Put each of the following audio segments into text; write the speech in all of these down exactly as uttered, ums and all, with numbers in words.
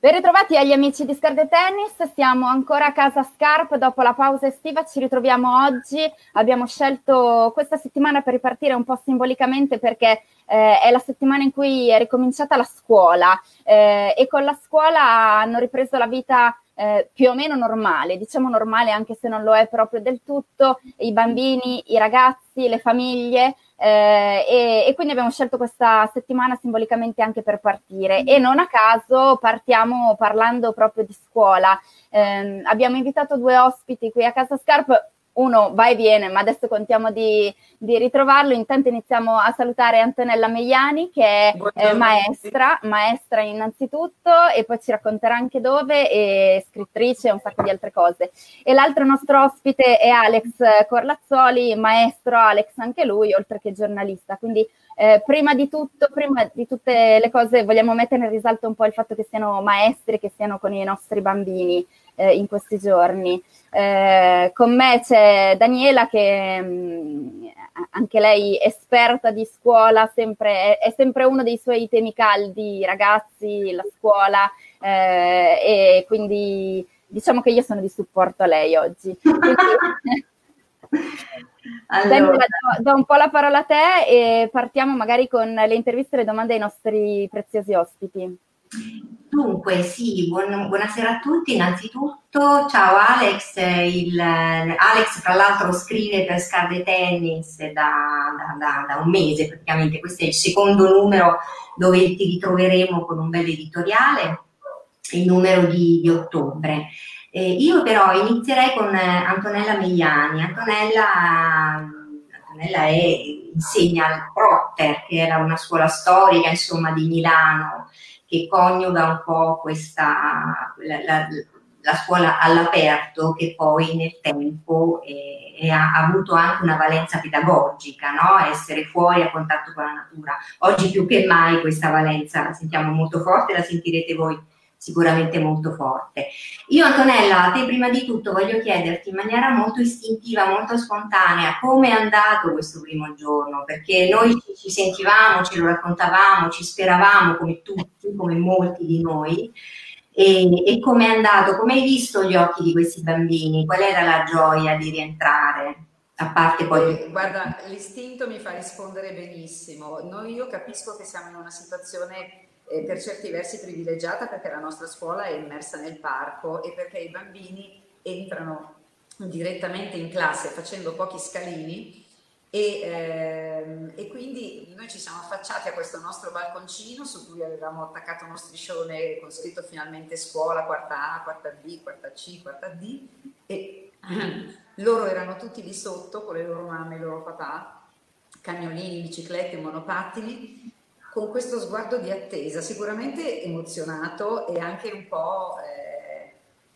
Ben ritrovati agli amici di Scarpe Tennis, siamo ancora a casa Scarp dopo la pausa estiva, ci ritroviamo oggi, abbiamo scelto questa settimana per ripartire un po' simbolicamente perché eh, è la settimana in cui è ricominciata la scuola eh, e con la scuola hanno ripreso la vita eh, più o meno normale, diciamo normale anche se non lo è proprio del tutto, i bambini, i ragazzi, le famiglie. Eh, e, e quindi abbiamo scelto questa settimana simbolicamente anche per partire e non a caso partiamo parlando proprio di scuola. Eh, abbiamo invitato due ospiti qui a Casa Scarp, uno va e viene ma adesso contiamo di, di ritrovarlo. Intanto iniziamo a salutare Antonella Meiani che è eh, maestra, maestra innanzitutto e poi ci racconterà anche dove, e scrittrice e un sacco di altre cose. E l'altro nostro ospite è Alex Corlazzoli, maestro Alex anche lui, oltre che giornalista. Quindi eh, prima di tutto, prima di tutte le cose vogliamo mettere in risalto un po' il fatto che siano maestri, che siano con i nostri bambini eh, in questi giorni. Eh, con me c'è Daniela che mh, anche lei esperta di scuola, sempre, è, è sempre uno dei suoi temi caldi, i ragazzi, la scuola, eh, e quindi diciamo che io sono di supporto a lei oggi. Quindi, allora. Daniela, do, do un po' la parola a te e partiamo magari con le interviste e le domande ai nostri preziosi ospiti. Dunque, sì, buon, buonasera a tutti. Innanzitutto, ciao Alex. Il, Alex, tra l'altro, scrive per Scarpe Tennis da, da, da, da un mese praticamente. Questo è il secondo numero dove ti ritroveremo con un bel editoriale, il numero di, di ottobre. Eh, io però inizierei con Antonella Meiani. Antonella, Antonella è, insegna al Procter, che era una scuola storica, insomma, di Milano, che coniuga un po' questa la, la, la scuola all'aperto, che poi nel tempo eh, ha, ha avuto anche una valenza pedagogica, no? Essere fuori a contatto con la natura. Oggi più che mai questa valenza la sentiamo molto forte, la sentirete voi sicuramente molto forte. Io, Antonella, a te prima di tutto voglio chiederti in maniera molto istintiva, molto spontanea, come è andato questo primo giorno, perché noi ci sentivamo, ce lo raccontavamo, ci speravamo come tutti, come molti di noi, e, e come è andato, come hai visto gli occhi di questi bambini, qual era la gioia di rientrare? A parte poi... Eh, guarda, l'istinto mi fa rispondere benissimo. Noi, io capisco che siamo in una situazione eh, per certi versi privilegiata, perché la nostra scuola è immersa nel parco e perché i bambini entrano direttamente in classe facendo pochi scalini e, ehm, e quindi noi ci siamo affacciati a questo nostro balconcino su cui avevamo attaccato uno striscione con scritto finalmente scuola, quarta A, quarta B, quarta C, quarta D, e loro erano tutti lì sotto con le loro mamme e i loro papà, cagnolini, biciclette, monopattini, con questo sguardo di attesa, sicuramente emozionato e anche un po' eh,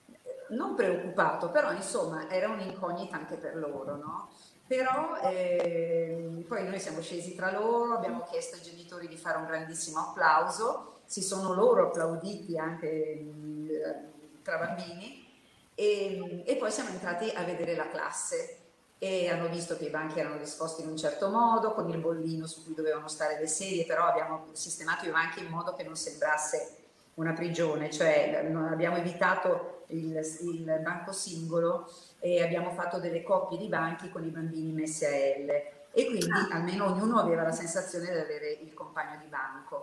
non preoccupato, però insomma era un'incognita anche per loro, no? Però eh, poi noi siamo scesi tra loro, abbiamo chiesto ai genitori di fare un grandissimo applauso, si sono loro applauditi anche eh, tra bambini e, e poi siamo entrati a vedere la classe e hanno visto che i banchi erano disposti in un certo modo, con il bollino su cui dovevano stare le sedie, però abbiamo sistemato i banchi in modo che non sembrasse una prigione, cioè non abbiamo evitato il, il banco singolo e abbiamo fatto delle coppie di banchi con i bambini messi a L e quindi almeno ognuno aveva la sensazione di avere il compagno di banco.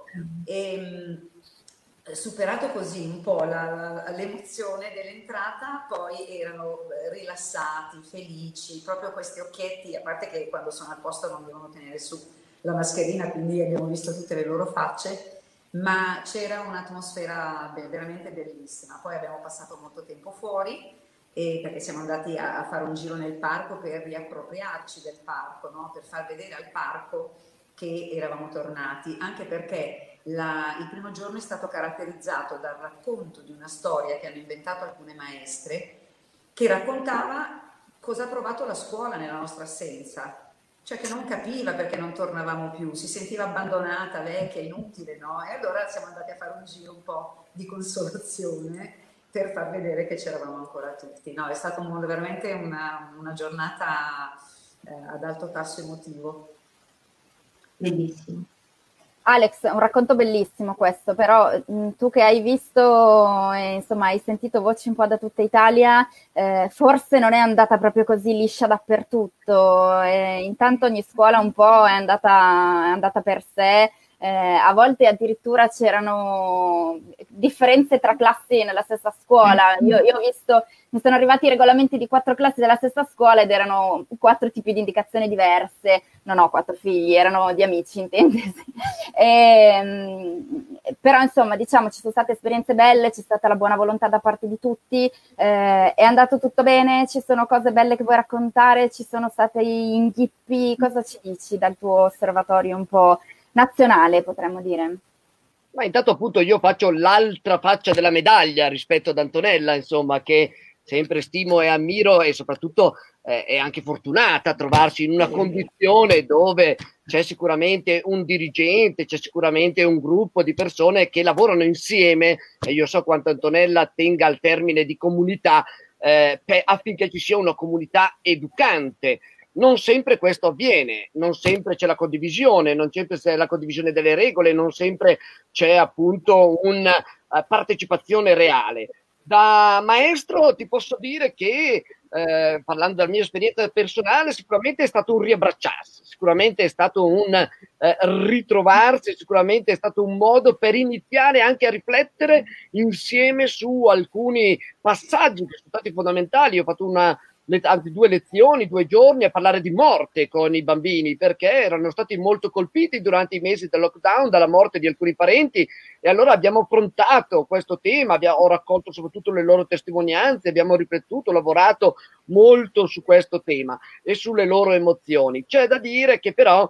E, superato così un po' l'emozione dell'entrata, poi erano rilassati, felici, proprio questi occhietti, a parte che quando sono al posto non devono tenere su la mascherina, quindi abbiamo visto tutte le loro facce, ma c'era un'atmosfera veramente bellissima. Poi abbiamo passato molto tempo fuori, e perché siamo andati a, a fare un giro nel parco per riappropriarci del parco, no? Per far vedere al parco che eravamo tornati, anche perché La, il primo giorno è stato caratterizzato dal racconto di una storia che hanno inventato alcune maestre, che raccontava cosa ha provato la scuola nella nostra assenza, cioè che non capiva perché non tornavamo più, si sentiva abbandonata, vecchia, inutile, no? E allora siamo andati a fare un giro un po' di consolazione per far vedere che c'eravamo ancora tutti. No, è stata un, veramente una, una giornata eh, ad alto tasso emotivo. Bellissimo. Alex, un racconto bellissimo questo, però mh, tu che hai visto e insomma hai sentito voci un po' da tutta Italia, eh, forse non è andata proprio così liscia dappertutto. Eh, intanto ogni scuola un po' è andata, è andata per sé. Eh, a volte addirittura c'erano differenze tra classi nella stessa scuola. Io, io ho visto, mi sono arrivati i regolamenti di quattro classi della stessa scuola ed erano quattro tipi di indicazioni diverse. Non ho quattro figli, erano di amici, intendesi. E, però insomma, diciamo, ci sono state esperienze belle, c'è stata la buona volontà da parte di tutti, eh, è andato tutto bene, ci sono cose belle che vuoi raccontare, ci sono stati inghippi, cosa ci dici dal tuo osservatorio un po' nazionale, potremmo dire? Ma intanto appunto io faccio l'altra faccia della medaglia rispetto ad Antonella, insomma, che sempre stimo e ammiro e soprattutto eh, è anche fortunata a trovarsi in una condizione dove c'è sicuramente un dirigente, c'è sicuramente un gruppo di persone che lavorano insieme, e io so quanto Antonella tenga al termine di comunità eh, per, affinché ci sia una comunità educante. Non sempre questo avviene, non sempre c'è la condivisione, non sempre c'è la condivisione delle regole, non sempre c'è appunto una uh, partecipazione reale. Da maestro ti posso dire che, eh, parlando della mia esperienza personale, sicuramente è stato un riabbracciarsi, sicuramente è stato un eh, ritrovarsi, sicuramente è stato un modo per iniziare anche a riflettere insieme su alcuni passaggi che sono stati fondamentali. Io ho fatto una Le, anzi, due lezioni, due giorni a parlare di morte con i bambini, perché erano stati molto colpiti durante i mesi del lockdown dalla morte di alcuni parenti, e allora abbiamo affrontato questo tema, abbiamo, ho raccolto soprattutto le loro testimonianze, abbiamo riflettuto, lavorato molto su questo tema e sulle loro emozioni. C'è da dire che però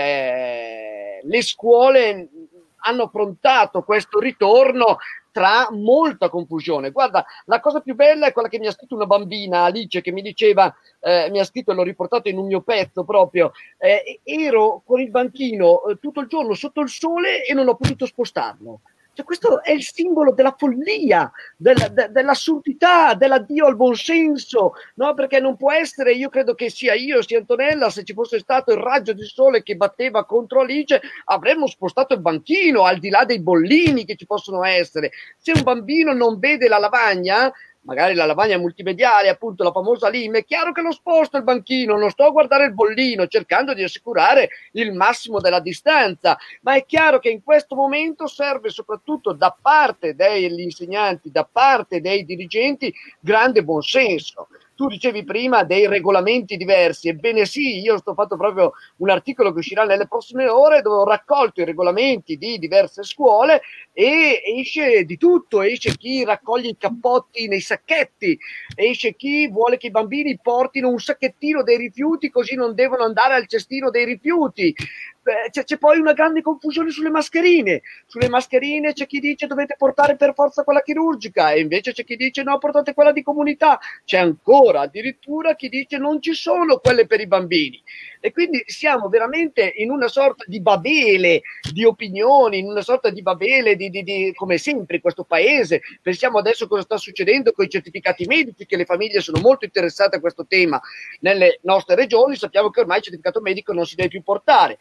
eh, le scuole hanno affrontato questo ritorno tra molta confusione. Guarda, la cosa più bella è quella che mi ha scritto una bambina, Alice, che mi diceva, eh, mi ha scritto e l'ho riportato in un mio pezzo proprio, eh, ero con il banchino eh, tutto il giorno sotto il sole e non ho potuto spostarlo. Cioè, questo è il simbolo della follia, della, de, dell'assurdità, dell'addio al buonsenso, no? Perché non può essere, io credo che sia io, sia Antonella, se ci fosse stato il raggio di sole che batteva contro Alice, avremmo spostato il banchino, al di là dei bollini che ci possono essere. Se un bambino non vede la lavagna, magari la lavagna multimediale, appunto la famosa Lim, è chiaro che lo sposto il banchino, non sto a guardare il bollino, cercando di assicurare il massimo della distanza, ma è chiaro che in questo momento serve soprattutto da parte degli insegnanti, da parte dei dirigenti, grande buonsenso. Tu dicevi prima dei regolamenti diversi, ebbene sì, io sto fatto proprio un articolo che uscirà nelle prossime ore dove ho raccolto i regolamenti di diverse scuole e esce di tutto, esce chi raccoglie i cappotti nei sacchetti, esce chi vuole che i bambini portino un sacchettino dei rifiuti così non devono andare al cestino dei rifiuti. C'è, c'è poi una grande confusione sulle mascherine. Sulle mascherine c'è chi dice dovete portare per forza quella chirurgica e invece c'è chi dice no, portate quella di comunità. C'è ancora addirittura chi dice non ci sono quelle per i bambini. E quindi siamo veramente in una sorta di babele di opinioni, in una sorta di babele di, di, di come sempre in questo paese. Pensiamo adesso cosa sta succedendo con i certificati medici, che le famiglie sono molto interessate a questo tema nelle nostre regioni. Sappiamo che ormai il certificato medico non si deve più portare,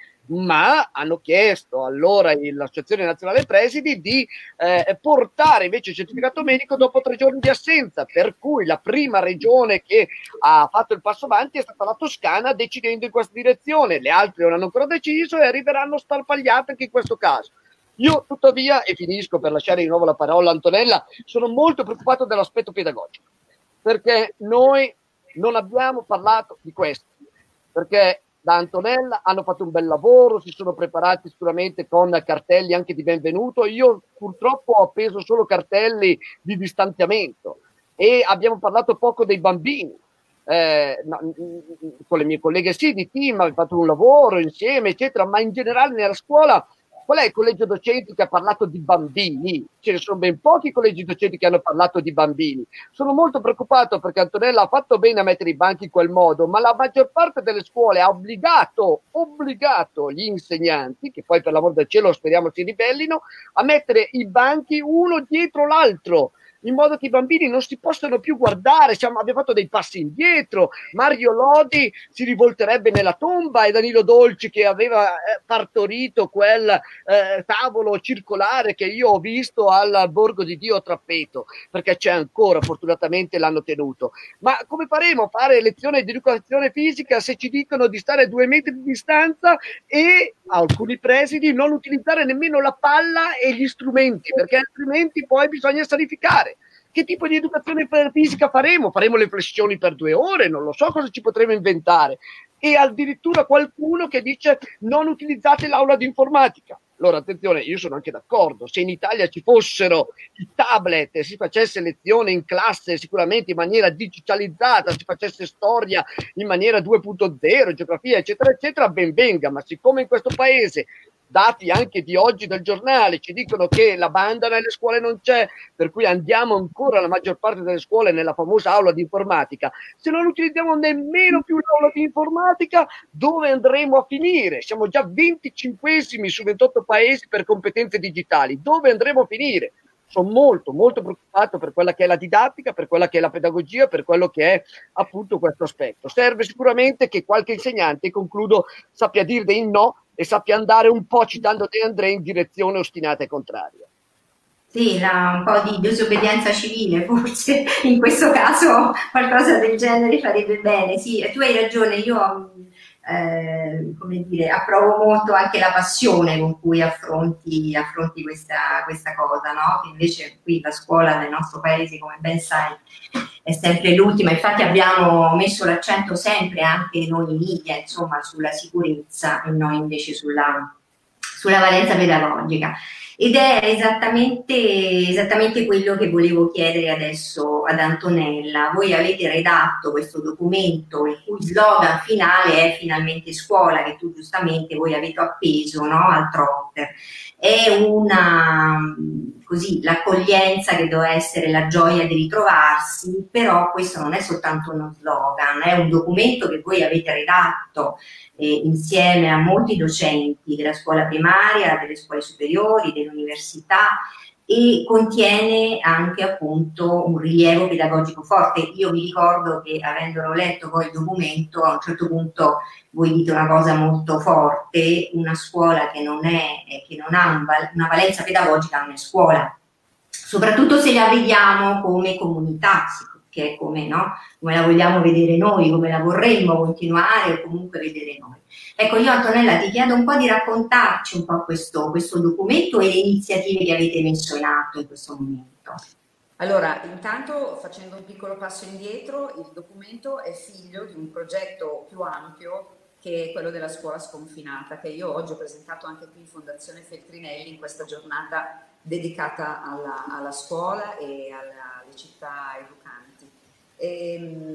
ma hanno chiesto allora l'Associazione Nazionale Presidi di eh, portare invece il certificato medico dopo tre giorni di assenza, per cui la prima regione che ha fatto il passo avanti è stata la Toscana, decidendo in questa direzione. Le altre non hanno ancora deciso e arriveranno sparpagliate anche in questo caso. Io tuttavia, e finisco per lasciare di nuovo la parola a Antonella, sono molto preoccupato dell'aspetto pedagogico, perché noi non abbiamo parlato di questo, perché da Antonella hanno fatto un bel lavoro, si sono preparati sicuramente con cartelli anche di benvenuto. Io purtroppo ho appeso solo cartelli di distanziamento e abbiamo parlato poco dei bambini. Eh, no, con le mie colleghe sì di team abbiamo fatto un lavoro insieme eccetera, ma in generale nella scuola qual è il collegio docenti che ha parlato di bambini? Ce ne sono ben pochi collegi docenti che hanno parlato di bambini. Sono molto preoccupato perché Antonella ha fatto bene a mettere i banchi in quel modo, ma la maggior parte delle scuole ha obbligato, obbligato gli insegnanti, che poi per l'amor del cielo speriamo si ribellino, a mettere i banchi uno dietro l'altro. in modo che i bambini non si possano più guardare. Siamo, abbiamo fatto dei passi indietro. Mario Lodi si rivolterebbe nella tomba e Danilo Dolci, che aveva eh, partorito quel eh, tavolo circolare che io ho visto al Borgo di Dio a Trappeto, perché c'è ancora, fortunatamente l'hanno tenuto. Ma come faremo a fare lezione di educazione fisica se ci dicono di stare a due metri di distanza e alcuni presidi non utilizzare nemmeno la palla e gli strumenti, perché altrimenti poi bisogna sanificare? Che tipo di educazione fisica faremo? Faremo le flessioni per due ore? Non lo so cosa ci potremo inventare. E addirittura qualcuno che dice non utilizzate l'aula di informatica. Allora attenzione, io sono anche d'accordo, se in Italia ci fossero i tablet e si facesse lezione in classe sicuramente in maniera digitalizzata, si facesse storia in maniera due punto zero, geografia eccetera eccetera, ben venga, ma siccome in questo paese dati anche di oggi del giornale ci dicono che la banda nelle scuole non c'è, per cui andiamo ancora la maggior parte delle scuole nella famosa aula di informatica. Se non utilizziamo nemmeno più l'aula di informatica, dove andremo a finire? Siamo già venticinquesimi su ventotto paesi per competenze digitali. Dove andremo a finire? Sono molto, molto preoccupato per quella che è la didattica, per quella che è la pedagogia, per quello che è appunto questo aspetto. Serve sicuramente che qualche insegnante, concludo, sappia dire dei no e sappia andare un po', citando De André, in direzione ostinata e contraria. Sì, la, un po' di disobbedienza civile, forse in questo caso qualcosa del genere farebbe bene. Sì, tu hai ragione, io eh, come dire, approvo molto anche la passione con cui affronti, affronti questa, questa cosa, no? Che invece qui la scuola nel nostro paese, come ben sai, è sempre l'ultima. Infatti abbiamo messo l'accento sempre, anche noi in media, insomma, sulla sicurezza e noi invece sulla, sulla valenza pedagogica. Ed è esattamente, esattamente quello che volevo chiedere adesso ad Antonella. Voi avete redatto questo documento il cui slogan finale è finalmente scuola, che tu giustamente voi avete appeso, no, al trotter. È una, così, l'accoglienza che doveva essere la gioia di ritrovarsi, però questo non è soltanto uno slogan, è un documento che voi avete redatto Eh, insieme a molti docenti della scuola primaria, delle scuole superiori, dell'università, e contiene anche appunto un rilievo pedagogico forte. Io mi ricordo che, avendolo letto poi il documento, a un certo punto voi dite una cosa molto forte: una scuola che non, è, che non ha un val- una valenza pedagogica non è scuola, soprattutto se la vediamo come comunità, che è come, no? Come la vogliamo vedere noi, come la vorremmo continuare o comunque vedere noi. Ecco, io Antonella ti chiedo un po' di raccontarci un po' questo, questo documento e le iniziative che avete messo in atto in questo momento. Allora, intanto, facendo un piccolo passo indietro, il documento è figlio di un progetto più ampio, che è quello della scuola sconfinata, che io oggi ho presentato anche qui in Fondazione Feltrinelli in questa giornata dedicata alla, alla scuola e alla, alle città educanti. E,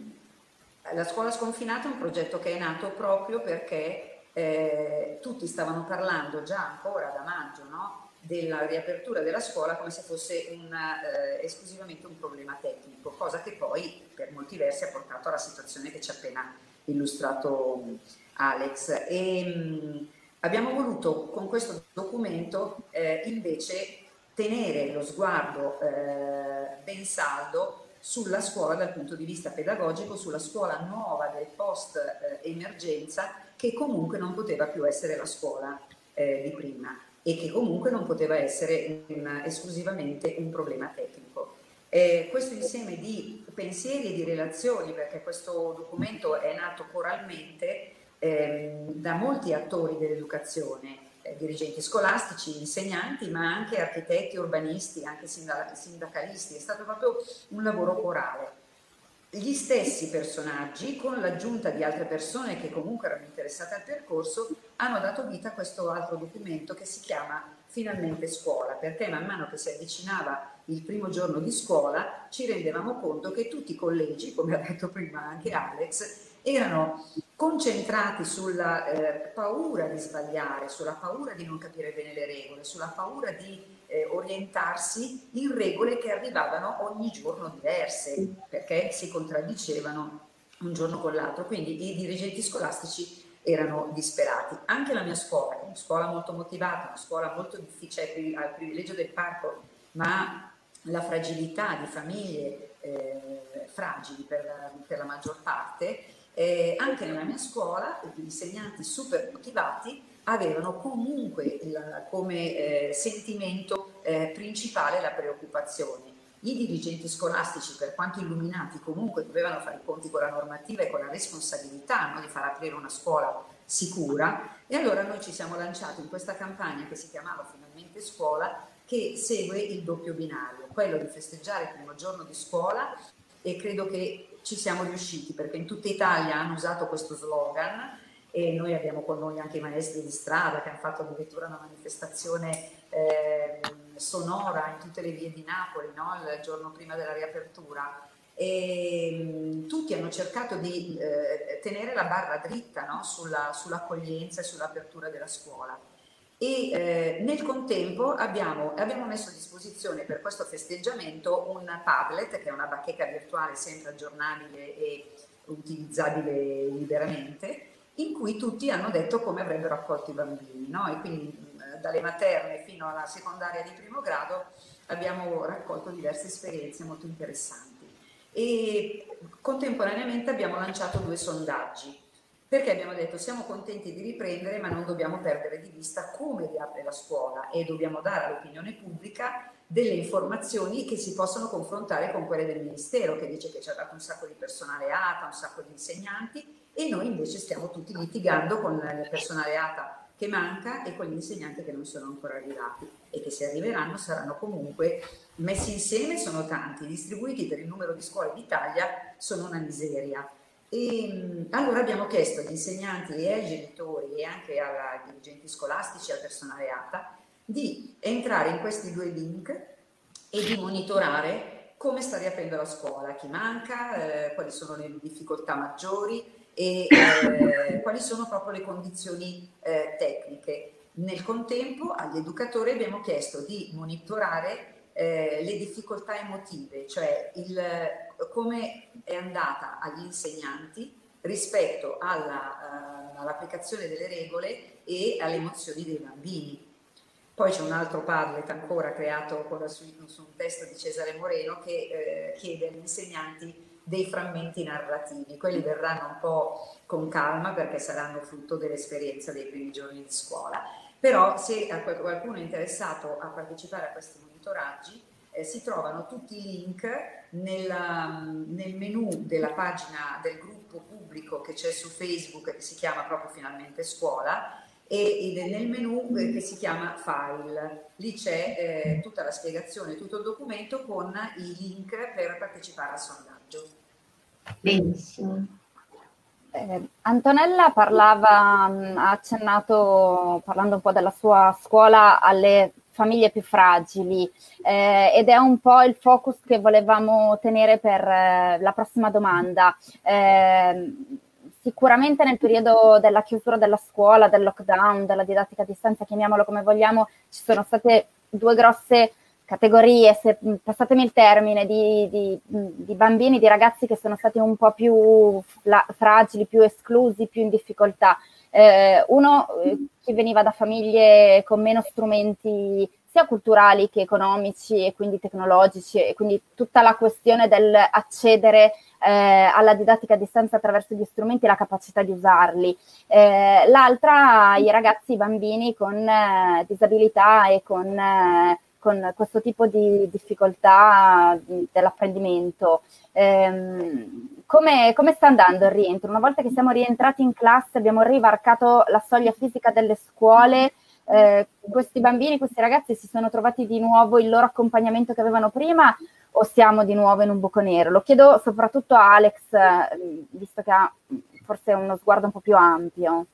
la scuola sconfinata è un progetto che è nato proprio perché eh, tutti stavano parlando già ancora da maggio, no? Della riapertura della scuola come se fosse un, eh, esclusivamente un problema tecnico, cosa che poi per molti versi ha portato alla situazione che ci ha appena illustrato Alex. E mh, abbiamo voluto con questo documento eh, invece tenere lo sguardo eh, ben saldo sulla scuola dal punto di vista pedagogico, sulla scuola nuova del post eh, emergenza, che comunque non poteva più essere la scuola eh, di prima e che comunque non poteva essere un, esclusivamente un problema tecnico. Eh, questo insieme di pensieri e di relazioni, perché questo documento è nato coralmente eh, da molti attori dell'educazione, eh, dirigenti scolastici, insegnanti, ma anche architetti, urbanisti, anche sindacalisti. È stato proprio un lavoro corale. Gli stessi personaggi, con l'aggiunta di altre persone che comunque erano interessate al percorso, hanno dato vita a questo altro documento che si chiama Finalmente Scuola, perché man mano che si avvicinava il primo giorno di scuola ci rendevamo conto che tutti i collegi, come ha detto prima anche Alex, erano concentrati sulla eh, paura di sbagliare, sulla paura di non capire bene le regole, sulla paura di eh, orientarsi in regole che arrivavano ogni giorno diverse, perché si contraddicevano un giorno con l'altro. Quindi i dirigenti scolastici erano disperati. Anche la mia scuola, una scuola molto motivata, una scuola molto difficile, al privilegio del parco, ma la fragilità di famiglie eh, fragili per la, per la maggior parte, eh, anche nella mia scuola gli insegnanti super motivati avevano comunque il, come eh, sentimento eh, principale la preoccupazione. I dirigenti scolastici, per quanto illuminati, comunque dovevano fare i conti con la normativa e con la responsabilità, no, di far aprire una scuola sicura, e allora noi ci siamo lanciati in questa campagna che si chiamava Finalmente Scuola, che segue il doppio binario, quello di festeggiare il primo giorno di scuola, e credo che ci siamo riusciti, perché in tutta Italia hanno usato questo slogan, e noi abbiamo con noi anche i maestri di strada che hanno fatto addirittura una manifestazione eh, sonora in tutte le vie di Napoli, no? Il giorno prima della riapertura, e mh, tutti hanno cercato di eh, tenere la barra dritta, no? Sulla, sull'accoglienza e sull'apertura della scuola. E eh, nel contempo abbiamo, abbiamo messo a disposizione per questo festeggiamento un Padlet, che è una bacheca virtuale sempre aggiornabile e utilizzabile liberamente, in cui tutti hanno detto come avrebbero accolto i bambini, no? E quindi eh, dalle materne fino alla secondaria di primo grado abbiamo raccolto diverse esperienze molto interessanti. E contemporaneamente abbiamo lanciato due sondaggi, perché abbiamo detto siamo contenti di riprendere, ma non dobbiamo perdere di vista come riapre la scuola, e dobbiamo dare all'opinione pubblica delle informazioni che si possono confrontare con quelle del Ministero, che dice che ci ha dato un sacco di personale A T A, un sacco di insegnanti, e noi invece stiamo tutti litigando con il personale A T A che manca e con gli insegnanti che non sono ancora arrivati, e che se arriveranno saranno comunque messi insieme, sono tanti, distribuiti per il numero di scuole d'Italia sono una miseria. E allora abbiamo chiesto agli insegnanti e ai genitori e anche ai dirigenti scolastici e al personale A T A di entrare in questi due link e di monitorare come sta riaprendo la scuola, chi manca, eh, quali sono le difficoltà maggiori e eh, quali sono proprio le condizioni eh, tecniche. Nel contempo agli educatori abbiamo chiesto di monitorare eh, le difficoltà emotive, cioè il, come è andata agli insegnanti rispetto alla, uh, all'applicazione delle regole e alle emozioni dei bambini. Poi c'è un altro Padlet ancora creato con, su, su un testo di Cesare Moreno che eh, chiede agli insegnanti dei frammenti narrativi. Quelli verranno un po' con calma perché saranno frutto dell'esperienza dei primi giorni di scuola. Però se qualcuno è interessato a partecipare a questi monitoraggi, eh, si trovano tutti i link nella, nel menu della pagina del gruppo pubblico che c'è su Facebook, che si chiama proprio Finalmente Scuola, e nel menu che si chiama File. Lì c'è eh, tutta la spiegazione, tutto il documento con i link per partecipare al sondaggio. Benissimo. Eh, Antonella parlava, ha accennato, parlando un po' della sua scuola, alle famiglie più fragili, eh, ed è un po' il focus che volevamo tenere per eh, la prossima domanda. Eh, sicuramente nel periodo della chiusura della scuola, del lockdown, della didattica a distanza, chiamiamolo come vogliamo, ci sono state due grosse categorie, se passatemi il termine, di, di, di bambini, di ragazzi che sono stati un po' più fla, fragili, più esclusi, più in difficoltà. Eh, uno, eh, chi veniva da famiglie con meno strumenti sia culturali che economici e quindi tecnologici, e quindi tutta la questione del accedere eh, alla didattica a distanza attraverso gli strumenti e la capacità di usarli. Eh, l'altra, i ragazzi, i bambini con eh, disabilità e con eh, con questo tipo di difficoltà dell'apprendimento. Ehm, come, come sta andando il rientro? Una volta che siamo rientrati in classe, abbiamo rivarcato la soglia fisica delle scuole, eh, questi bambini, questi ragazzi si sono trovati di nuovo il loro accompagnamento che avevano prima, o siamo di nuovo in un buco nero? Lo chiedo soprattutto a Alex, eh, visto che ha forse uno sguardo un po' più ampio.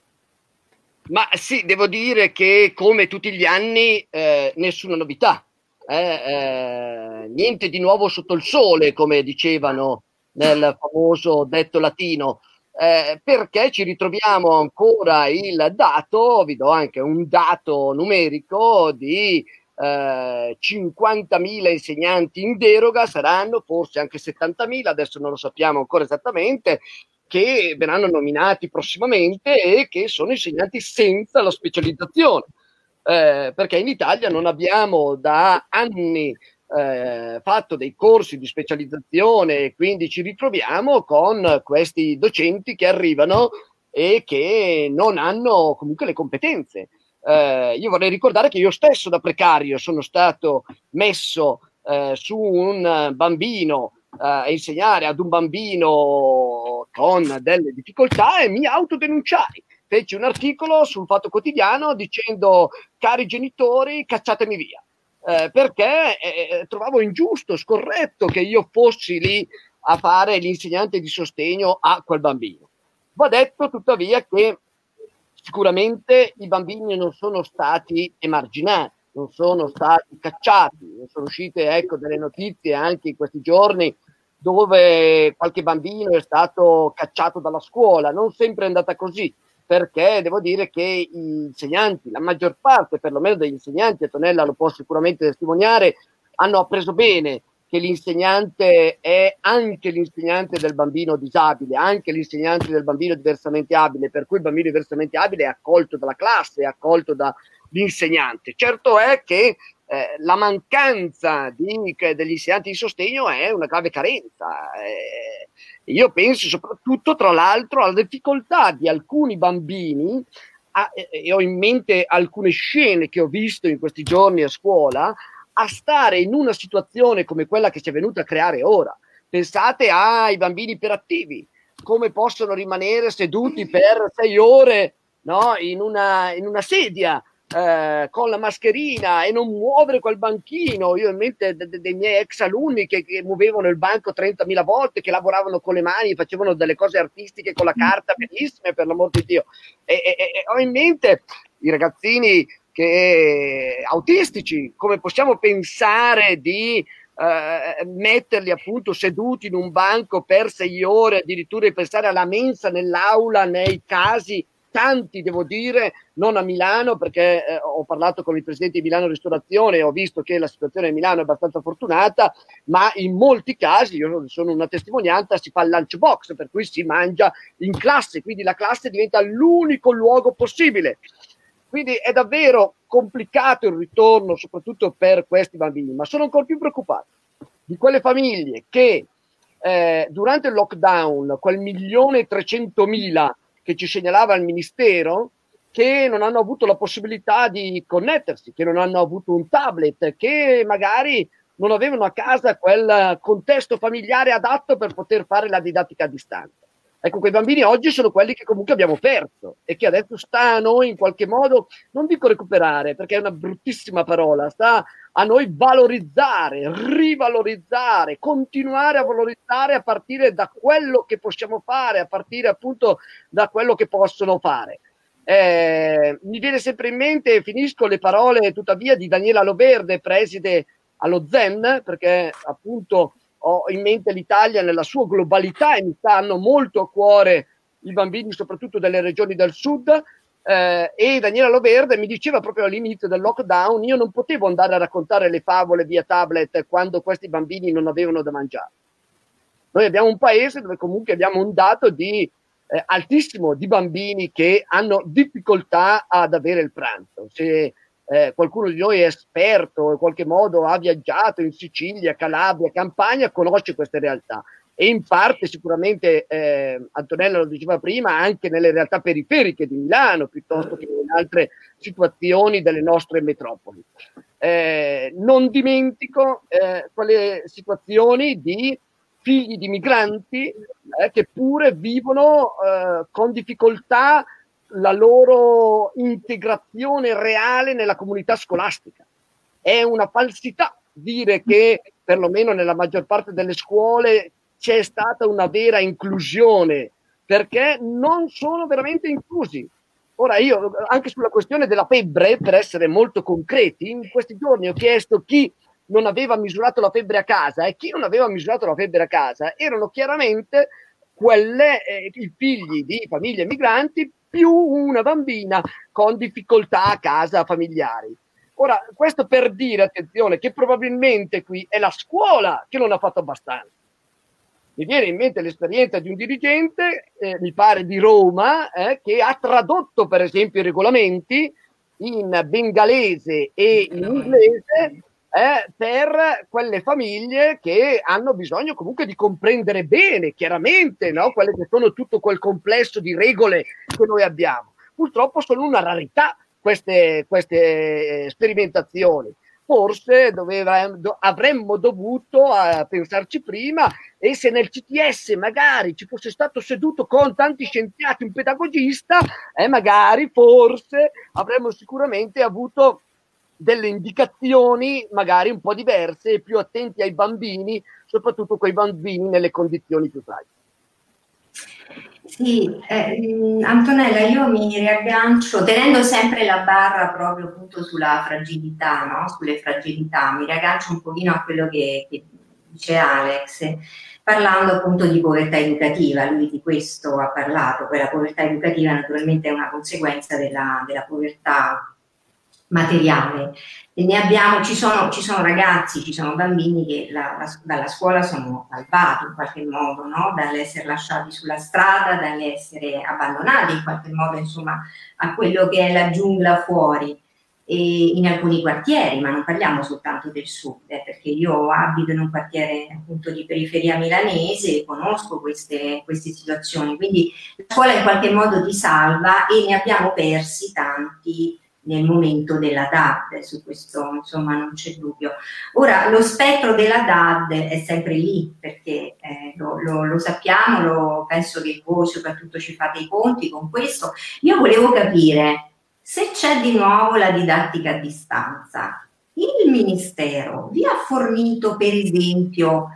Ma sì, devo dire che come tutti gli anni eh, nessuna novità, eh, eh, niente di nuovo sotto il sole, come dicevano nel famoso detto latino, eh, perché ci ritroviamo ancora il dato, vi do anche un dato numerico di eh, cinquantamila insegnanti in deroga, saranno forse anche settantamila, adesso non lo sappiamo ancora esattamente, che verranno nominati prossimamente e che sono insegnanti senza la specializzazione, eh, perché in Italia non abbiamo da anni eh, fatto dei corsi di specializzazione e quindi ci ritroviamo con questi docenti che arrivano e che non hanno comunque le competenze. Eh, io vorrei ricordare che io stesso da precario sono stato messo eh, su un bambino eh, a insegnare ad un bambino con delle difficoltà e mi autodenunciai. Feci un articolo sul Fatto Quotidiano dicendo: cari genitori, cacciatemi via, eh, perché eh, trovavo ingiusto, scorretto che io fossi lì a fare l'insegnante di sostegno a quel bambino. Va detto tuttavia che sicuramente i bambini non sono stati emarginati, non sono stati cacciati, sono uscite ecco delle notizie anche in questi giorni dove qualche bambino è stato cacciato dalla scuola. Non sempre è andata così, perché devo dire che gli insegnanti, la maggior parte perlomeno degli insegnanti, Antonella lo può sicuramente testimoniare, hanno appreso bene che l'insegnante è anche l'insegnante del bambino disabile, anche l'insegnante del bambino diversamente abile, per cui il bambino diversamente abile è accolto dalla classe, è accolto dall'insegnante. Certo è che eh, la mancanza di, che degli insegnanti di sostegno è una grave carenza. Eh, io penso soprattutto, tra l'altro, alla difficoltà di alcuni bambini, a, e ho in mente alcune scene che ho visto in questi giorni a scuola, a stare in una situazione come quella che si è venuta a creare ora. Pensate ai bambini iperattivi, come possono rimanere seduti per sei ore, no, in una, in una sedia eh, con la mascherina e non muovere quel banchino. Io ho in mente de- de- dei miei ex alunni che, che muovevano il banco trentamila volte, che lavoravano con le mani, facevano delle cose artistiche con la carta bellissime, per l'amor di Dio. E, e, e ho in mente i ragazzini che autistici, come possiamo pensare di eh, metterli appunto seduti in un banco per sei ore, addirittura di pensare alla mensa nell'aula nei casi tanti, devo dire, non a Milano, perché eh, ho parlato con il presidente di Milano Ristorazione e ho visto che la situazione a Milano è abbastanza fortunata, ma in molti casi, io sono una testimonianza, si fa il lunchbox, per cui si mangia in classe, quindi la classe diventa l'unico luogo possibile. Quindi è davvero complicato il ritorno, soprattutto per questi bambini, ma sono ancora più preoccupato di quelle famiglie che eh, durante il lockdown, quel milione e trecentomila che ci segnalava il Ministero, che non hanno avuto la possibilità di connettersi, che non hanno avuto un tablet, che magari non avevano a casa quel contesto familiare adatto per poter fare la didattica a distanza. Ecco, quei bambini oggi sono quelli che comunque abbiamo perso e che adesso sta a noi in qualche modo, non dico recuperare perché è una bruttissima parola, sta a noi valorizzare, rivalorizzare, continuare a valorizzare a partire da quello che possiamo fare, a partire appunto da quello che possono fare. Eh, mi viene sempre in mente, finisco, le parole tuttavia di Daniela Loverde, preside allo Zen, perché appunto ho in mente l'Italia nella sua globalità e mi stanno molto a cuore i bambini soprattutto delle regioni del sud, eh, e Daniela Loverde mi diceva proprio all'inizio del lockdown: io non potevo andare a raccontare le favole via tablet quando questi bambini non avevano da mangiare. Noi abbiamo un paese dove comunque abbiamo un dato di eh, altissimo di bambini che hanno difficoltà ad avere il pranzo. Se Eh, qualcuno di noi è esperto, in qualche modo ha viaggiato in Sicilia, Calabria, Campania, conosce queste realtà e in parte sicuramente, eh, Antonella lo diceva prima, anche nelle realtà periferiche di Milano piuttosto che in altre situazioni delle nostre metropoli. Eh, non dimentico eh, quelle situazioni di figli di migranti eh, che pure vivono eh, con difficoltà la loro integrazione reale nella comunità scolastica. È una falsità dire che perlomeno nella maggior parte delle scuole c'è stata una vera inclusione, perché non sono veramente inclusi. Ora io, anche sulla questione della febbre, per essere molto concreti, in questi giorni ho chiesto chi non aveva misurato la febbre a casa, e chi non aveva misurato la febbre a casa erano chiaramente quelle, eh, i figli di famiglie migranti più una bambina con difficoltà a casa familiari. Ora, questo per dire, attenzione, che probabilmente qui è la scuola che non ha fatto abbastanza. Mi viene in mente l'esperienza di un dirigente, eh, mi pare di Roma, eh, che ha tradotto per esempio i regolamenti in bengalese e in inglese eh, per quelle famiglie che hanno bisogno comunque di comprendere bene, chiaramente, no? Quelle che sono tutto quel complesso di regole che noi abbiamo. Purtroppo sono una rarità queste, queste sperimentazioni. Forse doveva, do, avremmo dovuto uh, pensarci prima, e se nel C T S magari ci fosse stato seduto con tanti scienziati un pedagogista, eh, magari forse avremmo sicuramente avuto delle indicazioni magari un po' diverse e più attenti ai bambini, soprattutto quei bambini nelle condizioni più fragili. Sì, eh, Antonella, io mi riaggancio tenendo sempre la barra proprio appunto sulla fragilità, no? Sulle fragilità, mi riaggancio un pochino a quello che, che dice Alex, parlando appunto di povertà educativa. Lui di questo ha parlato, poi la povertà educativa naturalmente è una conseguenza della, della povertà materiale. E ne abbiamo, ci sono, ci sono ragazzi, ci sono bambini che la, la, dalla scuola sono salvati in qualche modo, no? Dall'essere lasciati sulla strada, dall'essere abbandonati in qualche modo, insomma, a quello che è la giungla fuori, e in alcuni quartieri, ma non parliamo soltanto del sud, eh, perché io abito in un quartiere appunto di periferia milanese e conosco queste, queste situazioni, quindi la scuola in qualche modo ti salva, e ne abbiamo persi tanti nel momento della D A D, su questo insomma non c'è dubbio. Ora, lo spettro della D A D è sempre lì, perché eh, lo, lo, lo sappiamo, lo, penso che voi soprattutto ci fate i conti con questo. Io volevo capire se c'è di nuovo la didattica a distanza. Il Ministero vi ha fornito per esempio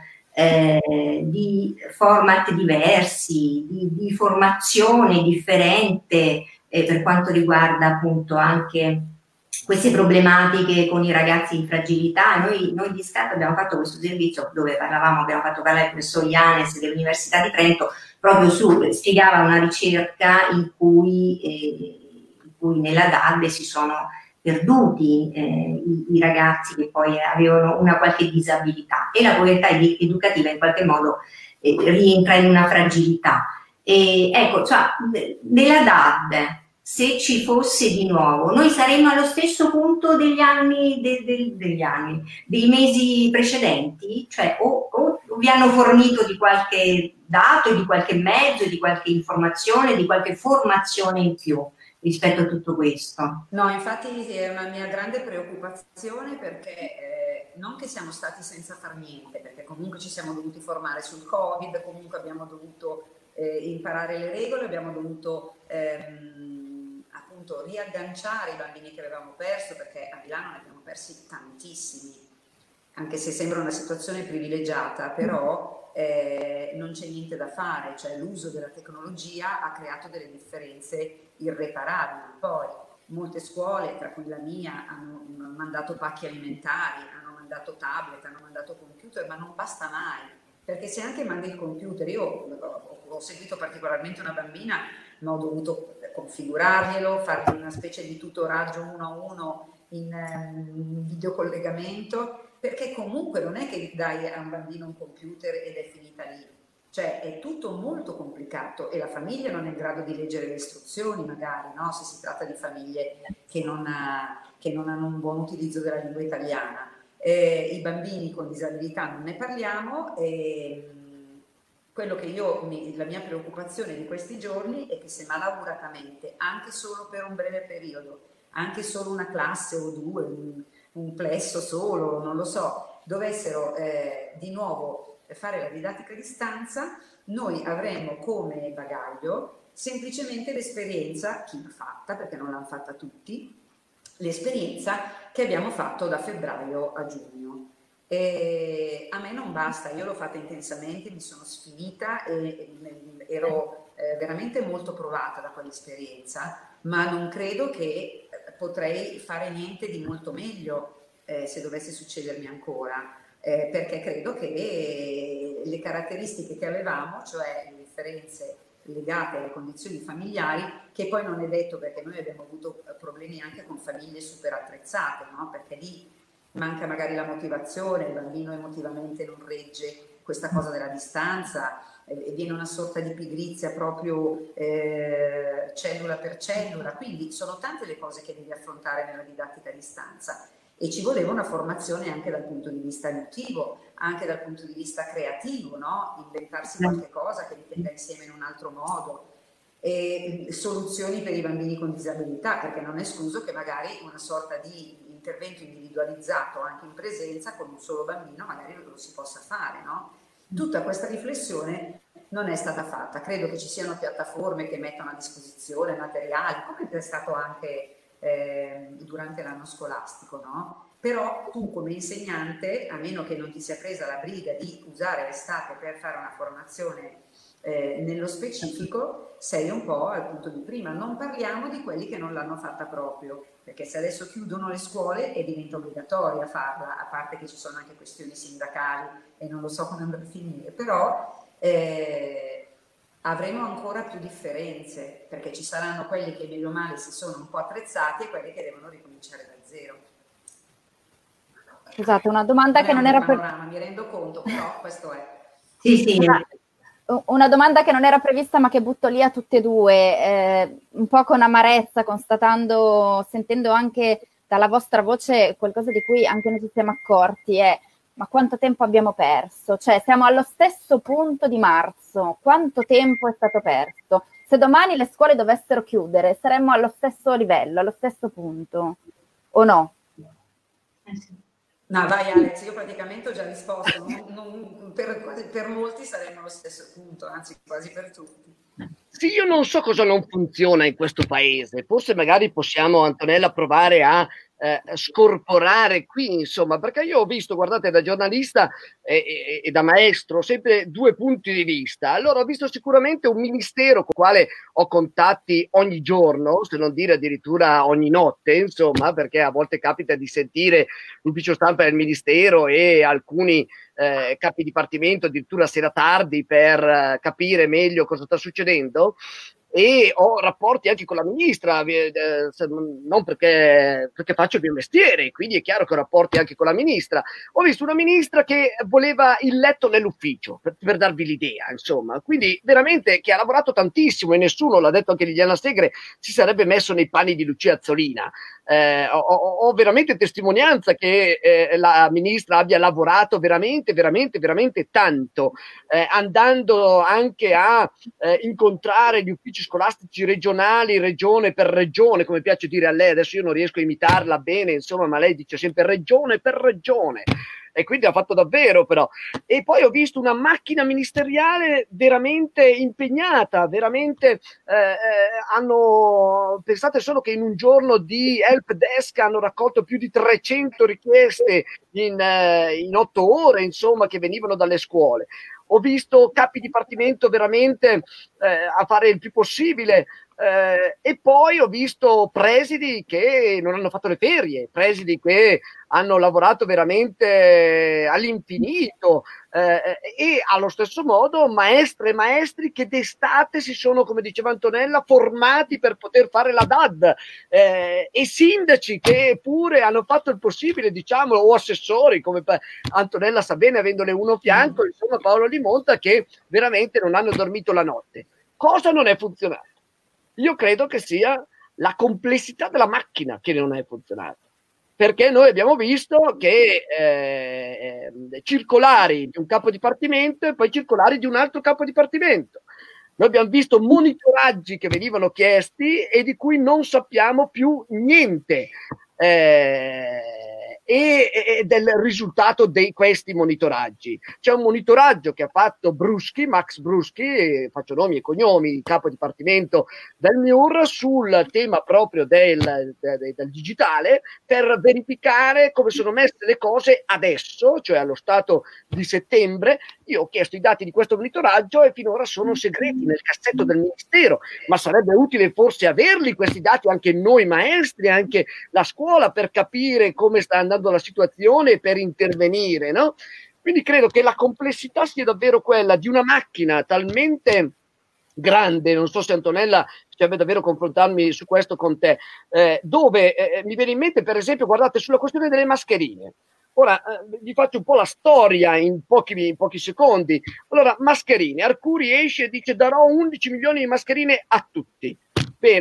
eh, di format diversi, di, di formazione differente, Eh, per quanto riguarda appunto anche queste problematiche con i ragazzi in fragilità? Noi, noi di Scat abbiamo fatto questo servizio dove parlavamo, abbiamo fatto parlare il professor Ianes dell'Università di Trento, proprio su, spiegava una ricerca in cui, eh, in cui nella D A D si sono perduti eh, i, i ragazzi che poi avevano una qualche disabilità, e la povertà ed- educativa in qualche modo eh, rientra in una fragilità. E ecco, cioè, nella D A D, se ci fosse di nuovo, noi saremmo allo stesso punto degli anni, de, de, degli anni, dei mesi precedenti, cioè o, o vi hanno fornito di qualche dato, di qualche mezzo, di qualche informazione, di qualche formazione in più rispetto a tutto questo? No, infatti è una mia grande preoccupazione, perché eh, non che siamo stati senza far niente, perché comunque ci siamo dovuti formare sul Covid, comunque abbiamo dovuto eh, imparare le regole, abbiamo dovuto ehm, appunto riagganciare i bambini che avevamo perso, perché a Milano ne abbiamo persi tantissimi, anche se sembra una situazione privilegiata, però eh, non c'è niente da fare, cioè l'uso della tecnologia ha creato delle differenze irreparabili. Poi molte scuole, tra cui la mia, hanno mandato pacchi alimentari, hanno mandato tablet, hanno mandato computer, ma non basta mai, perché se anche mandi il computer, io ho, ho seguito particolarmente una bambina, ma ho dovuto configurarglielo, fargli una specie di tutoraggio uno a uno in um, videocollegamento, perché comunque non è che dai a un bambino un computer ed è finita lì, cioè è tutto molto complicato, e la famiglia non è in grado di leggere le istruzioni magari, no? Se si tratta di famiglie che non, ha, che non hanno un buon utilizzo della lingua italiana. Eh, i bambini con disabilità non ne parliamo, e quello che io, mi, la mia preoccupazione di questi giorni è che se malauguratamente, anche solo per un breve periodo, anche solo una classe o due, un, un plesso solo, non lo so, dovessero eh, di nuovo fare la didattica a distanza, noi avremo come bagaglio semplicemente l'esperienza, chi l'ha fatta, perché non l'hanno fatta tutti, l'esperienza che abbiamo fatto da febbraio a giugno. E a me non basta, io l'ho fatta intensamente, mi sono sfinita e, e ero eh, veramente molto provata da quell'esperienza, ma non credo che potrei fare niente di molto meglio eh, se dovesse succedermi ancora, eh, perché credo che le caratteristiche che avevamo, cioè le differenze legate alle condizioni familiari, che poi non è detto, perché noi abbiamo avuto problemi anche con famiglie super attrezzate, no? Perché lì manca magari la motivazione, il bambino emotivamente non regge questa cosa della distanza, e viene una sorta di pigrizia proprio eh, cellula per cellula, quindi sono tante le cose che devi affrontare nella didattica a distanza, e ci voleva una formazione anche dal punto di vista emotivo, anche dal punto di vista creativo, no? Inventarsi qualche cosa che li tenga insieme in un altro modo, e soluzioni per i bambini con disabilità, perché non è escluso che magari una sorta di intervento individualizzato anche in presenza con un solo bambino magari lo si possa fare, no? Tutta questa riflessione non è stata fatta. Credo che ci siano piattaforme che mettono a disposizione materiali, come è stato anche eh, durante l'anno scolastico, no? Però tu come insegnante, a meno che non ti sia presa la briga di usare l'estate per fare una formazione eh, nello specifico, sei un po' al punto di prima. Non parliamo di quelli che non l'hanno fatta proprio, perché se adesso chiudono le scuole e diventa obbligatoria farla, a parte che ci sono anche questioni sindacali e non lo so come andrà a finire, però eh, avremo ancora più differenze, perché ci saranno quelli che bene o male si sono un po' attrezzati e quelli che devono ricominciare da zero. Scusate, una domanda che non era per... mi rendo conto, però questo è. Sì, sì. Una, una domanda che non era prevista ma che butto lì a tutte e due, eh, un po' con amarezza, constatando, sentendo anche dalla vostra voce qualcosa di cui anche noi ci siamo accorti, è ma quanto tempo abbiamo perso? Cioè siamo allo stesso punto di marzo, quanto tempo è stato perso? Se domani le scuole dovessero chiudere, saremmo allo stesso livello, allo stesso punto, o no? Eh sì. No, vai Alex, io praticamente ho già risposto, non, non, per, per molti saremmo allo stesso punto, anzi quasi per tutti. Sì, io non so cosa non funziona in questo paese, forse magari possiamo, Antonella, provare a eh, scorporare qui, insomma, perché io ho visto, guardate, da giornalista e, e, e da maestro, sempre due punti di vista. Allora ho visto sicuramente un ministero con il quale ho contatti ogni giorno, se non dire addirittura ogni notte, insomma, perché a volte capita di sentire l'ufficio stampa del ministero e alcuni eh, capi dipartimento addirittura sera tardi per eh, capire meglio cosa sta succedendo. E ho rapporti anche con la ministra, eh, non perché, perché faccio il mio mestiere, quindi è chiaro che ho rapporti anche con la ministra. Ho visto una ministra che voleva il letto nell'ufficio, per, per darvi l'idea, insomma, quindi veramente che ha lavorato tantissimo e nessuno, l'ha detto anche Liliana Segre, si sarebbe messo nei panni di Lucia Azzolina. Eh, ho, ho veramente testimonianza che eh, la ministra abbia lavorato veramente, veramente, veramente tanto, eh, andando anche a eh, incontrare gli uffici scolastici regionali, regione per regione, come piace dire a lei. Adesso io non riesco a imitarla bene, insomma, ma lei dice sempre regione per regione. E quindi ha fatto davvero, però. E poi ho visto una macchina ministeriale veramente impegnata, veramente eh, eh, hanno, pensate solo che in un giorno di help desk hanno raccolto più di trecento richieste in, eh, in otto ore, insomma, che venivano dalle scuole. Ho visto capi dipartimento veramente eh, a fare il più possibile. Eh, e poi ho visto presidi che non hanno fatto le ferie, presidi che hanno lavorato veramente all'infinito eh, e allo stesso modo maestre e maestri che d'estate si sono, come diceva Antonella, formati per poter fare la D A D eh, e sindaci che pure hanno fatto il possibile, diciamo, o assessori, come Antonella sa bene, avendole uno a fianco, insomma Paolo Limonta, che veramente non hanno dormito la notte. Cosa non è funzionato? Io credo che sia la complessità della macchina che non è funzionata, perché noi abbiamo visto che eh, circolari di un capo dipartimento e poi circolari di un altro capo dipartimento. Noi abbiamo visto monitoraggi che venivano chiesti e di cui non sappiamo più niente. Eh, e, e del risultato di questi monitoraggi. C'è un monitoraggio che ha fatto Bruschi, Max Bruschi, faccio nomi e cognomi, capo dipartimento del M I U R, sul tema proprio del, del, del digitale, per verificare come sono messe le cose adesso, cioè allo stato di settembre. Io ho chiesto i dati di questo monitoraggio e finora sono segreti nel cassetto del Ministero, ma sarebbe utile forse averli questi dati anche noi maestri, anche la scuola, per capire come sta andando la situazione e per intervenire, no? Quindi credo che la complessità sia davvero quella di una macchina talmente grande, non so se Antonella deve davvero confrontarmi su questo con te, eh, dove eh, mi viene in mente, per esempio, guardate, sulla questione delle mascherine. Ora eh, vi faccio un po' la storia in pochi, in pochi secondi. Allora, mascherine, Arcuri esce e dice darò undici milioni di mascherine a tutti. Bene,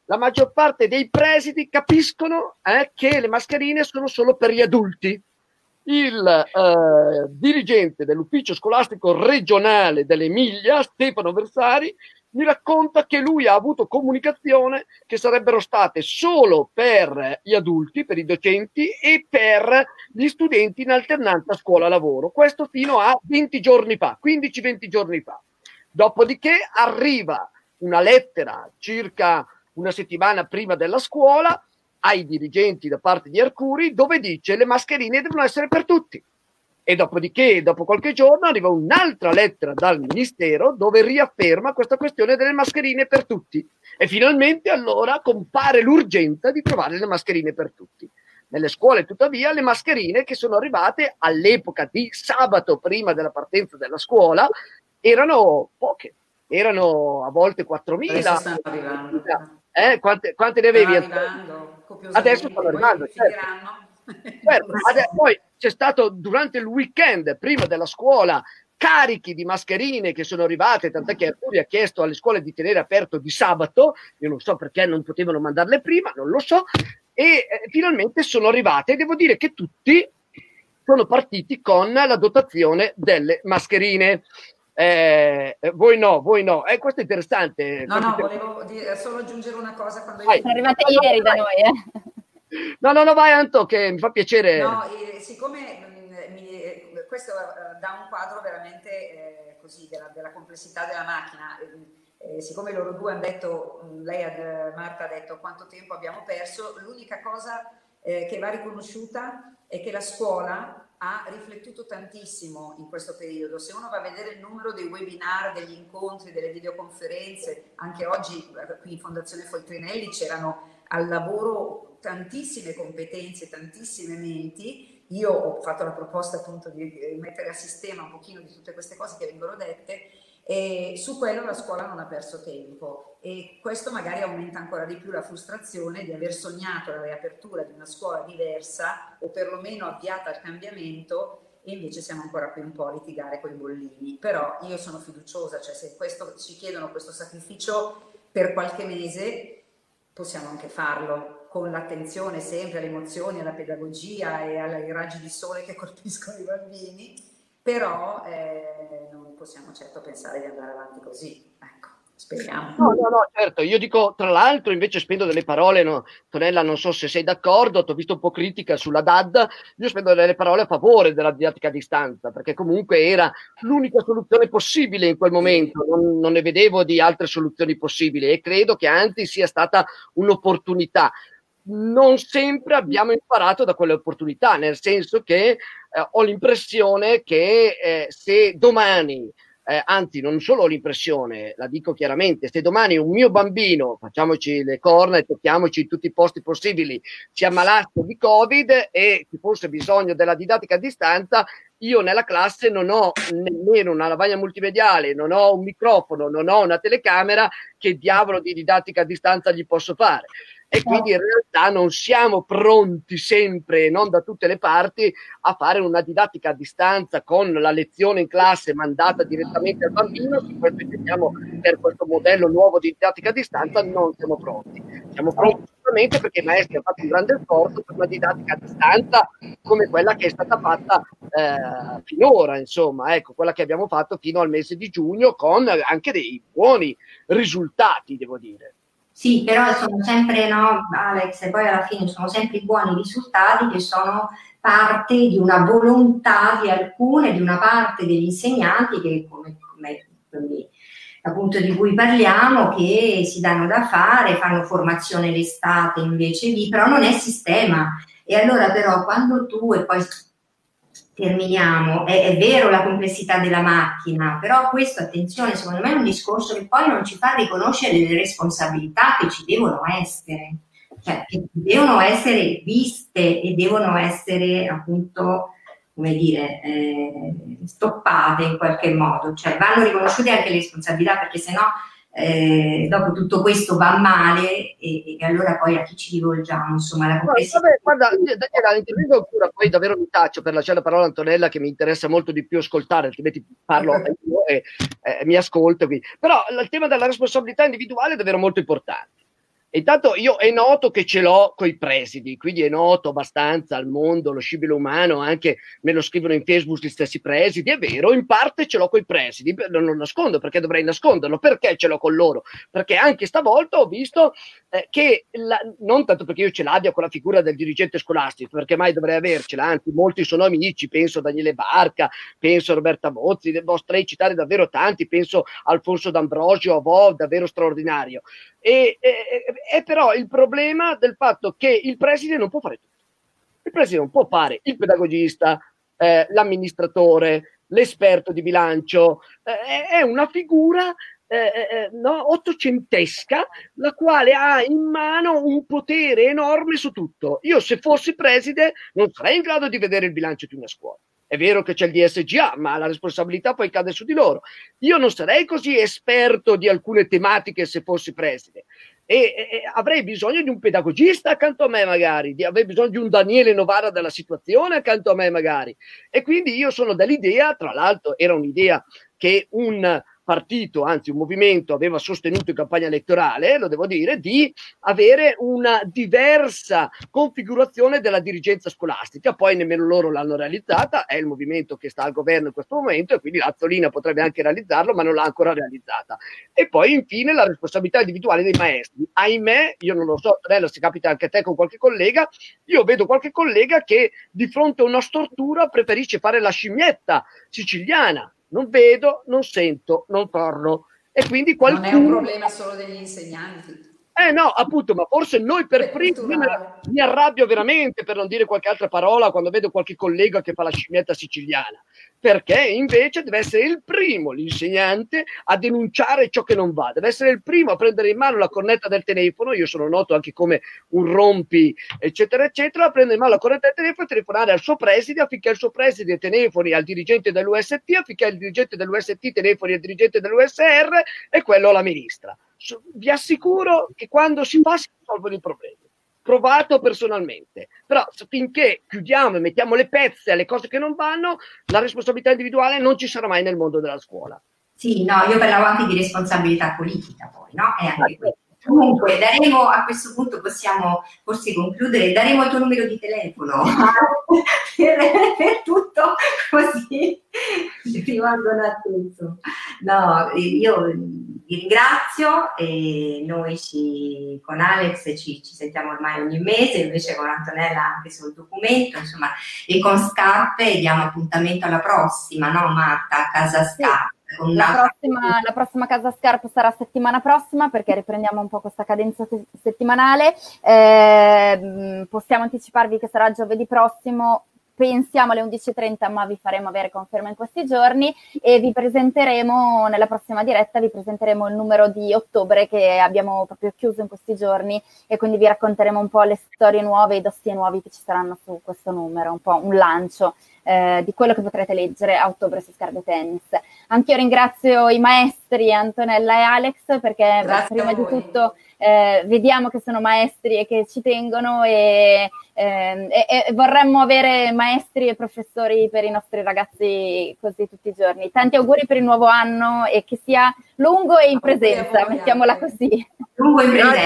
la maggior parte dei presidi capiscono eh, che le mascherine sono solo per gli adulti. Il eh, dirigente dell'ufficio scolastico regionale dell'Emilia, Stefano Versari, mi racconta che lui ha avuto comunicazione che sarebbero state solo per gli adulti, per i docenti e per gli studenti in alternanza scuola-lavoro. Questo fino a venti giorni fa, quindici venti giorni fa. Dopodiché arriva una lettera circa una settimana prima della scuola ai dirigenti da parte di Arcuri, dove dice le mascherine devono essere per tutti. E dopodiché, dopo qualche giorno, arriva un'altra lettera dal Ministero dove riafferma questa questione delle mascherine per tutti. E finalmente allora compare l'urgenza di trovare le mascherine per tutti. Nelle scuole, tuttavia, le mascherine che sono arrivate all'epoca di sabato prima della partenza della scuola erano poche. Erano a volte quattromila. Adesso stanno arrivando. Eh, quante, quante ne avevi? Arrivando, adesso stanno arrivando, certo. Certo, poi c'è stato durante il weekend prima della scuola carichi di mascherine che sono arrivate, tant'è che Arcuri ha chiesto alle scuole di tenere aperto di sabato, io non so perché non potevano mandarle prima, non lo so, e eh, finalmente sono arrivate, e devo dire che tutti sono partiti con la dotazione delle mascherine. Eh, voi no, voi no, eh, questo è interessante. No, no, volevo dire, solo aggiungere una cosa. Quando io... Sono arrivate ieri da noi, eh. No, no, no, vai Anto, che mi fa piacere. No, eh, siccome mh, mi, questo eh, dà un quadro veramente eh, così della, della complessità della macchina. Eh, siccome loro due hanno detto, lei ad, Marta ha detto quanto tempo abbiamo perso, l'unica cosa eh, che va riconosciuta è che la scuola ha riflettuto tantissimo in questo periodo. Se uno va a vedere il numero dei webinar, degli incontri, delle videoconferenze, anche oggi qui in Fondazione Foltrinelli c'erano al lavoro tantissime competenze, tantissime menti. Io ho fatto la proposta appunto di mettere a sistema un pochino di tutte queste cose che vengono dette, e su quello la scuola non ha perso tempo, e questo magari aumenta ancora di più la frustrazione di aver sognato la riapertura di una scuola diversa o perlomeno avviata al cambiamento, e invece siamo ancora qui un po' a litigare con i bollini. Però io sono fiduciosa, cioè se questo, ci chiedono questo sacrificio per qualche mese, possiamo anche farlo, con l'attenzione sempre alle emozioni, alla pedagogia e ai raggi di sole che colpiscono i bambini, però eh, non possiamo certo pensare di andare avanti così, ecco, speriamo. No, no, no, certo, io dico, tra l'altro, invece spendo delle parole, no, Tonella, non so se sei d'accordo, ti ho visto un po' critica sulla D A D, io spendo delle parole a favore della didattica a distanza, perché comunque era l'unica soluzione possibile in quel momento, non, non ne vedevo di altre soluzioni possibili, e credo che anzi sia stata un'opportunità. Non sempre abbiamo imparato da quelle opportunità, nel senso che eh, ho l'impressione che eh, se domani, eh, anzi non solo ho l'impressione, la dico chiaramente, se domani un mio bambino, facciamoci le corna e tocchiamoci in tutti i posti possibili, si ammalasse di Covid e ci fosse bisogno della didattica a distanza, io nella classe non ho nemmeno una lavagna multimediale, non ho un microfono, non ho una telecamera, che diavolo di didattica a distanza gli posso fare? E quindi in realtà non siamo pronti sempre, non da tutte le parti, a fare una didattica a distanza con la lezione in classe mandata direttamente al bambino. Su questo intendiamo, per questo modello nuovo di didattica a distanza non siamo pronti. Siamo pronti solamente perché i maestri hanno fatto un grande sforzo per una didattica a distanza come quella che è stata fatta eh, finora, insomma, ecco, quella che abbiamo fatto fino al mese di giugno, con anche dei buoni risultati, devo dire. Sì, però sono sempre, no, Alex, e poi alla fine sono sempre i buoni risultati che sono parte di una volontà di alcune, di una parte degli insegnanti che, come, come quindi, appunto di cui parliamo, che si danno da fare, fanno formazione l'estate invece lì, però non è sistema. E allora però quando tu, e poi terminiamo, è, è vero la complessità della macchina, però questo, attenzione, secondo me è un discorso che poi non ci fa riconoscere le responsabilità che ci devono essere, cioè che devono essere viste e devono essere appunto, come dire, eh, stoppate in qualche modo, cioè vanno riconosciute anche le responsabilità, perché sennò Eh, dopo tutto questo va male e, e allora poi a chi ci rivolgiamo, insomma, la complessità. Vabbè, guarda, Daniela, intervengo ancora, poi davvero mi taccio per lasciare la parola a Antonella, che mi interessa molto di più ascoltare, altrimenti parlo okay. io e eh, mi ascolto qui. Però il tema della responsabilità individuale è davvero molto importante. Intanto io è noto che ce l'ho coi presidi, quindi è noto abbastanza al mondo, lo scibile umano, anche me lo scrivono in Facebook gli stessi presidi, è vero, in parte ce l'ho coi presidi, non lo nascondo perché dovrei nasconderlo, perché ce l'ho con loro? Perché anche stavolta ho visto eh, che, la, non tanto perché io ce l'abbia con la figura del dirigente scolastico, perché mai dovrei avercela, anzi molti sono amici, penso a Daniele Barca, penso a Roberta Bozzi, potrei citare davvero tanti, penso a Alfonso D'Ambrosio, a Vo, davvero straordinario. E, e, è però il problema del fatto che il preside non può fare tutto. Il preside non può fare il pedagogista, eh, l'amministratore, l'esperto di bilancio, eh, è una figura eh, eh, no, ottocentesca, la quale ha in mano un potere enorme su tutto. Io se fossi preside non sarei in grado di vedere il bilancio di una scuola. È vero che c'è il D S G A, ma la responsabilità poi cade su di loro. Io non sarei così esperto di alcune tematiche se fossi preside. E, e avrei bisogno di un pedagogista accanto a me magari, di, avrei bisogno di un Daniele Novara della situazione accanto a me magari. E quindi io sono dell'idea, tra l'altro era un'idea che un partito, anzi un movimento aveva sostenuto in campagna elettorale, lo devo dire, di avere una diversa configurazione della dirigenza scolastica, poi nemmeno loro l'hanno realizzata, è il movimento che sta al governo in questo momento e quindi l'Azzolina potrebbe anche realizzarlo, ma non l'ha ancora realizzata. E poi infine la responsabilità individuale dei maestri. Ahimè, io non lo so, Tonella, se capita anche a te con qualche collega, io vedo qualche collega che di fronte a una stortura preferisce fare la scimmietta siciliana. Non vedo, non sento, non parlo. E quindi qualcuno... Non è un problema solo degli insegnanti. Eh no, appunto, ma forse noi per primi mi arrabbio veramente, per non dire qualche altra parola, quando vedo qualche collega che fa la scimmietta siciliana, perché invece deve essere il primo, l'insegnante, a denunciare ciò che non va, deve essere il primo a prendere in mano la cornetta del telefono, io sono noto anche come un rompi, eccetera, eccetera, a prendere in mano la cornetta del telefono e telefonare al suo preside affinché il suo preside telefoni al dirigente dell'U S T, affinché il dirigente dell'U S T telefoni al dirigente dell'U S R e quello alla ministra. Vi assicuro che quando si fa si risolvono i problemi. Provato personalmente, però finché chiudiamo e mettiamo le pezze alle cose che non vanno, la responsabilità individuale non ci sarà mai nel mondo della scuola. Sì, no, io parlavo anche di responsabilità politica poi, no? E anche questo. Comunque, daremo, a questo punto possiamo forse concludere, daremo il tuo numero di telefono per, per tutto, così rimangono atteso. No, io vi ringrazio e noi ci, con Alex ci, ci sentiamo ormai ogni mese, invece con Antonella anche sul documento, insomma, e con Scarpe diamo appuntamento alla prossima, no Marta, a Casa Scarpe. La prossima, la prossima Casa Scarpe sarà settimana prossima perché riprendiamo un po' questa cadenza settimanale. Eh, possiamo anticiparvi che sarà giovedì prossimo, pensiamo alle undici e trenta, ma vi faremo avere conferma in questi giorni e vi presenteremo nella prossima diretta, vi presenteremo il numero di ottobre che abbiamo proprio chiuso in questi giorni e quindi vi racconteremo un po' le storie nuove, i dossier nuovi che ci saranno su questo numero, un po' un lancio eh, di quello che potrete leggere a ottobre su Scarpe Tennis. Anch'io ringrazio i maestri Antonella e Alex perché beh, prima di tutto eh, vediamo che sono maestri e che ci tengono e, eh, e, e vorremmo avere maestri e professori per i nostri ragazzi così tutti i giorni. Tanti auguri per il nuovo anno e che sia lungo e in presenza, mettiamola così. Lungo in presenza.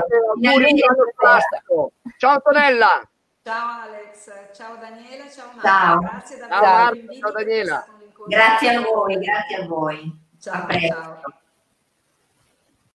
Ciao Antonella. Ciao Alex, ciao Daniela, ciao Marta. Ciao. Grazie davvero per l'invito. Ciao Daniela. Grazie a voi, grazie a voi. Ciao, ciao.